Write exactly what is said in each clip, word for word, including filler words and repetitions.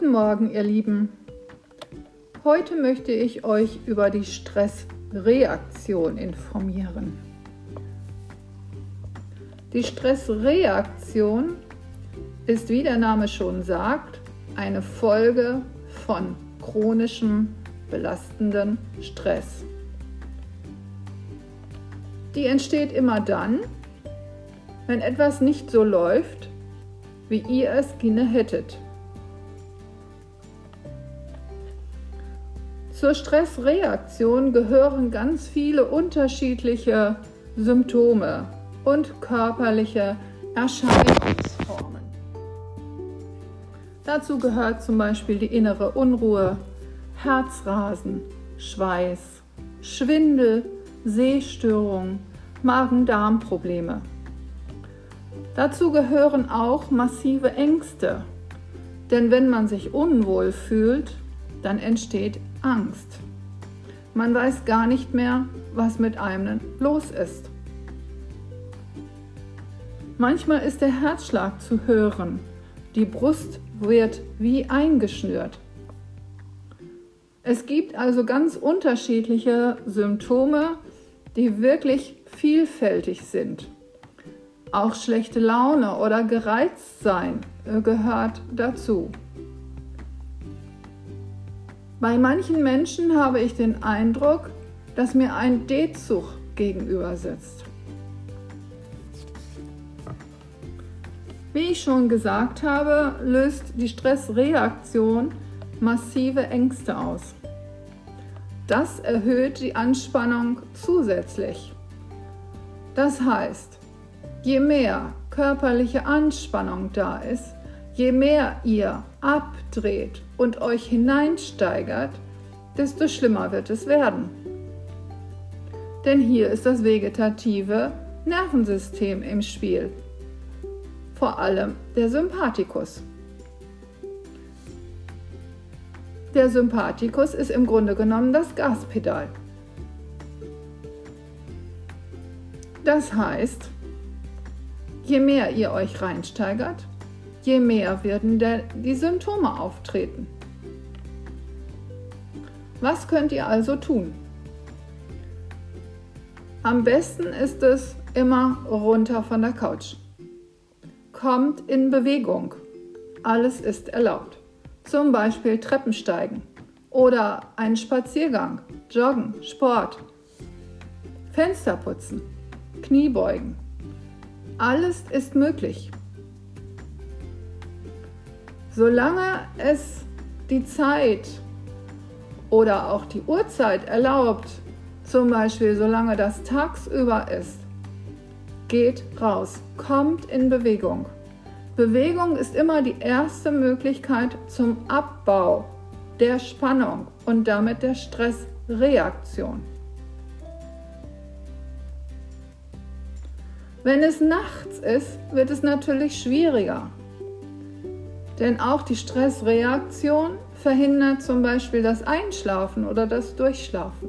Guten Morgen, ihr Lieben. Heute möchte ich euch über die Stressreaktion informieren. Die Stressreaktion ist, wie der Name schon sagt, eine Folge von chronischem, belastenden Stress. Die entsteht immer dann, wenn etwas nicht so läuft, wie ihr es gerne hättet. Zur Stressreaktion gehören ganz viele unterschiedliche Symptome und körperliche Erscheinungsformen. Dazu gehört zum Beispiel die innere Unruhe, Herzrasen, Schweiß, Schwindel, Sehstörung, Magen-Darm-Probleme. Dazu gehören auch massive Ängste, denn wenn man sich unwohl fühlt, dann entsteht Angst. Man weiß gar nicht mehr, was mit einem los ist. Manchmal ist der Herzschlag zu hören, die Brust wird wie eingeschnürt. Es gibt also ganz unterschiedliche Symptome, die wirklich vielfältig sind. Auch schlechte Laune oder gereizt sein gehört dazu. Bei manchen Menschen habe ich den Eindruck, dass mir ein D-Zug gegenüber sitzt. Wie ich schon gesagt habe, löst die Stressreaktion massive Ängste aus. Das erhöht die Anspannung zusätzlich. Das heißt, je mehr körperliche Anspannung da ist, je mehr ihr abdreht und euch hineinsteigert, desto schlimmer wird es werden. Denn hier ist das vegetative Nervensystem im Spiel, vor allem der Sympathikus. Der Sympathikus ist im Grunde genommen das Gaspedal. Das heißt, je mehr ihr euch reinsteigert, je mehr werden der, die Symptome auftreten. Was könnt ihr also tun? Am besten ist es immer runter von der Couch. Kommt in Bewegung. Alles ist erlaubt. Zum Beispiel Treppensteigen oder einen Spaziergang, Joggen, Sport, Fenster putzen, Kniebeugen. Alles ist möglich. Solange es die Zeit oder auch die Uhrzeit erlaubt, zum Beispiel solange das tagsüber ist, geht raus, kommt in Bewegung. Bewegung ist immer die erste Möglichkeit zum Abbau der Spannung und damit der Stressreaktion. Wenn es nachts ist, wird es natürlich schwieriger. Denn auch die Stressreaktion verhindert zum Beispiel das Einschlafen oder das Durchschlafen.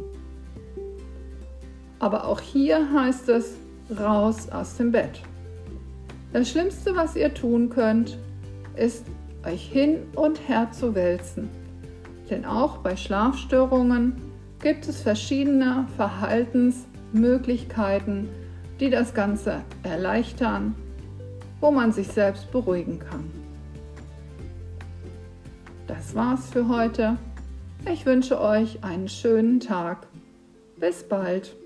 Aber auch hier heißt es, raus aus dem Bett. Das Schlimmste, was ihr tun könnt, ist, euch hin und her zu wälzen. Denn auch bei Schlafstörungen gibt es verschiedene Verhaltensmöglichkeiten, die das Ganze erleichtern, wo man sich selbst beruhigen kann. Das war's für heute. Ich wünsche euch einen schönen Tag. Bis bald.